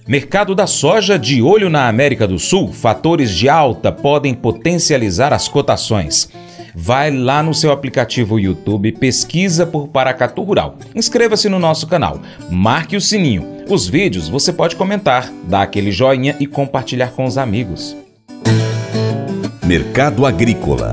Mercado da soja de olho na América do Sul. Fatores de alta podem potencializar as cotações. Vai lá no seu aplicativo YouTube, pesquisa por Paracatu Rural. Inscreva-se no nosso canal, marque o sininho. Os vídeos você pode comentar, dar aquele joinha e compartilhar com os amigos. Mercado Agrícola.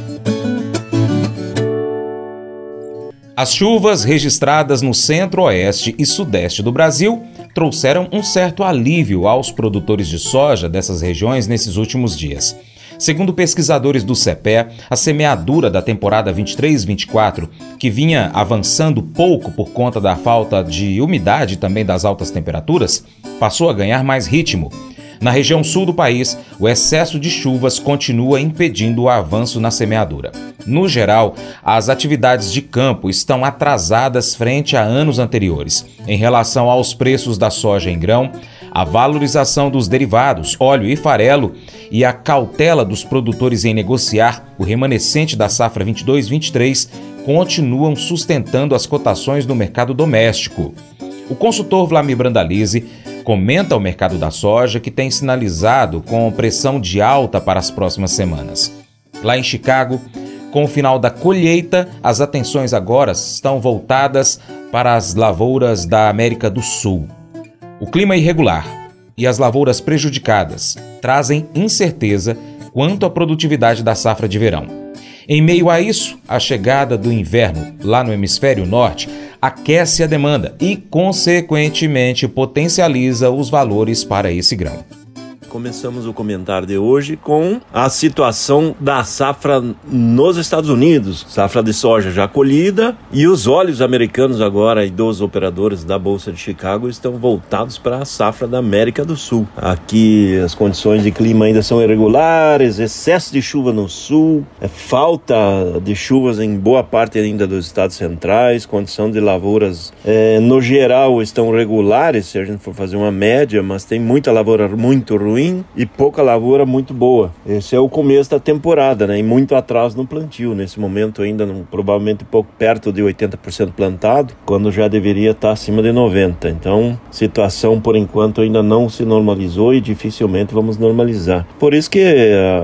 As chuvas registradas no centro-oeste e sudeste do Brasil trouxeram um certo alívio aos produtores de soja dessas regiões nesses últimos dias. Segundo pesquisadores do CEPE, a semeadura da temporada 23-24, que vinha avançando pouco por conta da falta de umidade e também das altas temperaturas, passou a ganhar mais ritmo. Na região sul do país, o excesso de chuvas continua impedindo o avanço na semeadura. No geral, as atividades de campo estão atrasadas frente a anos anteriores. Em relação aos preços da soja em grão, a valorização dos derivados, óleo e farelo e a cautela dos produtores em negociar o remanescente da safra 22-23 continuam sustentando as cotações no mercado doméstico. O consultor Vlamir Brandalize comenta o mercado da soja, que tem sinalizado com pressão de alta para as próximas semanas. Lá em Chicago, com o final da colheita, as atenções agora estão voltadas para as lavouras da América do Sul. O clima irregular e as lavouras prejudicadas trazem incerteza quanto à produtividade da safra de verão. Em meio a isso, a chegada do inverno lá no hemisfério norte aquece a demanda e, consequentemente, potencializa os valores para esse grão. Começamos o comentário de hoje com a situação da safra nos Estados Unidos, safra de soja já colhida, e os olhos americanos agora e dos operadores da Bolsa de Chicago estão voltados para a safra da América do Sul. Aqui as condições de clima ainda são irregulares, excesso de chuva no sul, falta de chuvas em boa parte ainda dos estados centrais, condição de lavouras no geral estão regulares, se a gente for fazer uma média, mas tem muita lavoura muito ruim e pouca lavoura muito boa. Esse é o começo da temporada, né? E muito atraso no plantio. Nesse momento ainda provavelmente pouco perto de 80% plantado, quando já deveria estar acima de 90%. Então, situação por enquanto ainda não se normalizou e dificilmente vamos normalizar. Por isso que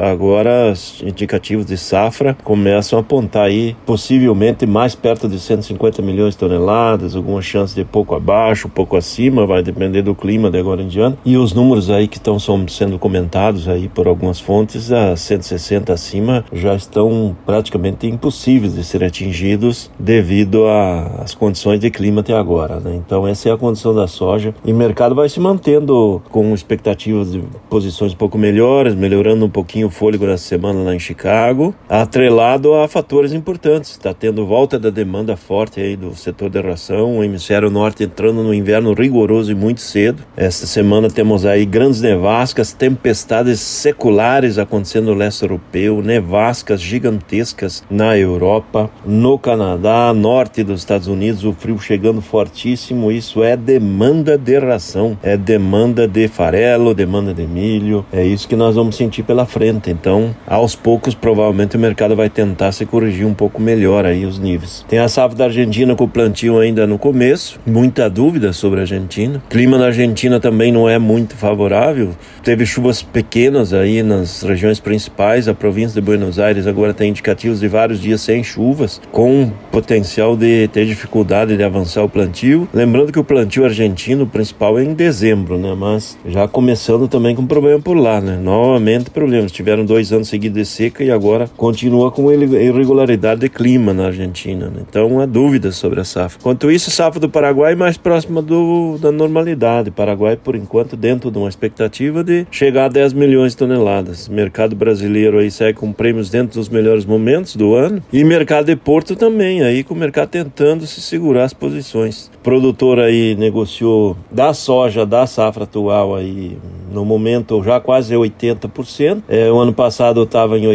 agora os indicativos de safra começam a apontar aí possivelmente mais perto de 150 milhões de toneladas, alguma chance de pouco abaixo, pouco acima, vai depender do clima de agora em diante. E os números aí que estão sendo comentados aí por algumas fontes, a 160 acima já estão praticamente impossíveis de ser atingidos devido às condições de clima até agora, né? Então essa é a condição da soja e o mercado vai se mantendo com expectativas de posições um pouco melhores, melhorando um pouquinho o fôlego da semana lá em Chicago, atrelado a fatores importantes. Está tendo volta da demanda forte aí do setor de ração, o hemisfério norte entrando no inverno rigoroso e muito cedo. Esta semana temos aí grandes nevascas, tempestades seculares acontecendo no leste europeu, nevascas gigantescas na Europa, no Canadá, norte dos Estados Unidos, o frio chegando fortíssimo. Isso é demanda de ração, é demanda de farelo, demanda de milho, é isso que nós vamos sentir pela frente. Então, aos poucos, provavelmente o mercado vai tentar se corrigir um pouco melhor aí os níveis. Tem a safra da Argentina com o plantio ainda no começo, muita dúvida sobre a Argentina. O clima na Argentina também não é muito favorável. Teve chuvas pequenas aí nas regiões principais. A província de Buenos Aires agora tem indicativos de vários dias sem chuvas, com potencial de ter dificuldade de avançar o plantio. Lembrando que o plantio argentino principal é em dezembro, né? Mas já começando também com problema por lá, né? Novamente problemas. Tiveram 2 anos seguidos de seca e agora continua com irregularidade de clima na Argentina, né? Então há dúvidas sobre a safra. Enquanto isso, a safra do Paraguai mais próxima da normalidade. Paraguai, por enquanto, dentro de uma expectativa de chegar a 10 milhões de toneladas. O mercado brasileiro aí segue com prêmios dentro dos melhores momentos do ano. E mercado de Porto também, aí com o mercado tentando se segurar as posições. O produtor aí negociou da soja, da safra atual aí, no momento já quase 80%. O ano passado estava em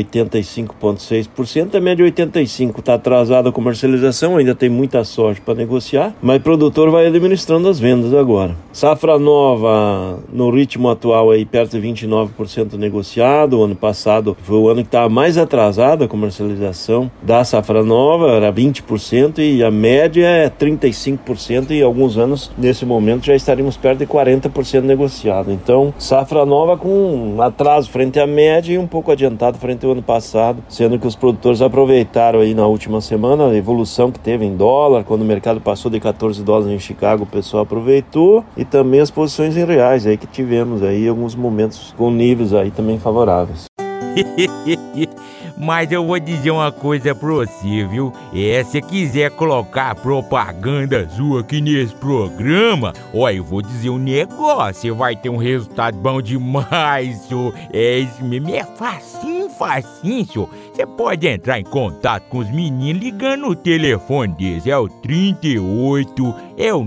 85,6%, a média 85%. Está atrasada a comercialização, ainda tem muita soja para negociar, mas o produtor vai administrando as vendas agora. Safra nova no ritmo atual aí aí perto de 29% negociado. O ano passado foi o ano que estava mais atrasada a comercialização da safra nova, era 20%, e a média é 35%, e alguns anos, nesse momento, já estaríamos perto de 40% negociado. Então, safra nova com um atraso frente à média e um pouco adiantado frente ao ano passado, sendo que os produtores aproveitaram aí na última semana a evolução que teve em dólar, quando o mercado passou de 14 dólares em Chicago, o pessoal aproveitou, e também as posições em reais aí que tivemos aí alguns momentos com níveis aí também favoráveis. Mas eu vou dizer uma coisa pra você, viu? Se quiser colocar propaganda sua aqui nesse programa, eu vou dizer um negócio, você vai ter um resultado bom demais, senhor. Isso mesmo, é facinho, senhor. Você pode entrar em contato com os meninos ligando o telefone deles, é o 38, é o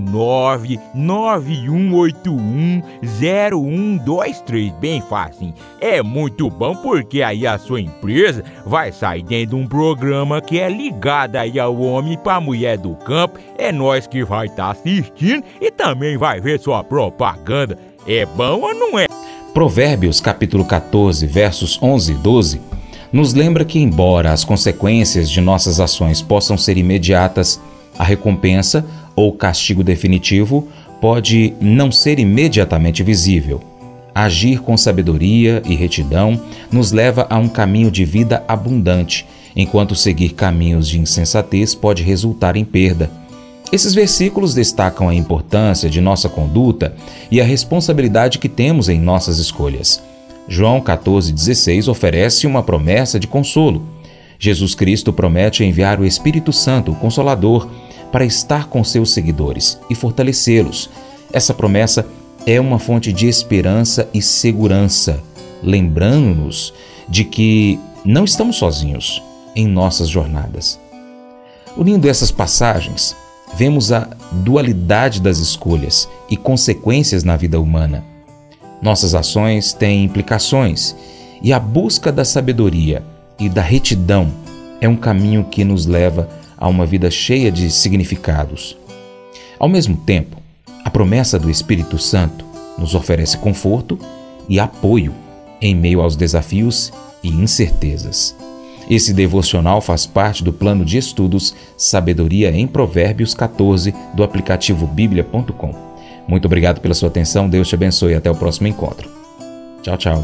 991810123, bem fácil. É muito bom porque aí a sua empresa vai sair dentro de um programa que é ligado aí ao homem pra mulher do campo. É nós que vai estar assistindo e também vai ver sua propaganda. É bom ou não é? Provérbios capítulo 14, versos 11 e 12, nos lembra que, embora as consequências de nossas ações possam ser imediatas, a recompensa ou castigo definitivo pode não ser imediatamente visível. Agir com sabedoria e retidão nos leva a um caminho de vida abundante, enquanto seguir caminhos de insensatez pode resultar em perda. Esses versículos destacam a importância de nossa conduta e a responsabilidade que temos em nossas escolhas. João 14,16 oferece uma promessa de consolo. Jesus Cristo promete enviar o Espírito Santo, o Consolador, para estar com seus seguidores e fortalecê-los. Essa promessa é uma fonte de esperança e segurança, lembrando-nos de que não estamos sozinhos em nossas jornadas. Unindo essas passagens, vemos a dualidade das escolhas e consequências na vida humana. Nossas ações têm implicações, e a busca da sabedoria e da retidão é um caminho que nos leva a uma vida cheia de significados. Ao mesmo tempo, a promessa do Espírito Santo nos oferece conforto e apoio em meio aos desafios e incertezas. Esse devocional faz parte do plano de estudos Sabedoria em Provérbios 14 do aplicativo bíblia.com. Muito obrigado pela sua atenção, Deus te abençoe e até o próximo encontro. Tchau, tchau.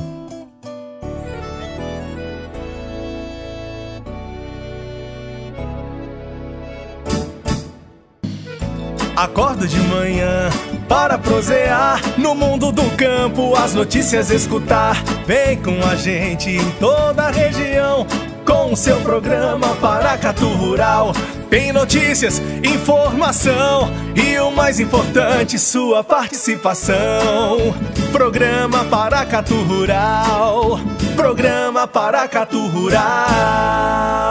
Acordo de manhã para prosear no mundo do campo, as notícias escutar. Vem com a gente em toda a região com o seu programa Paracatu Rural. Tem notícias, informação e o mais importante, sua participação. Programa Paracatu Rural. Programa Paracatu Rural.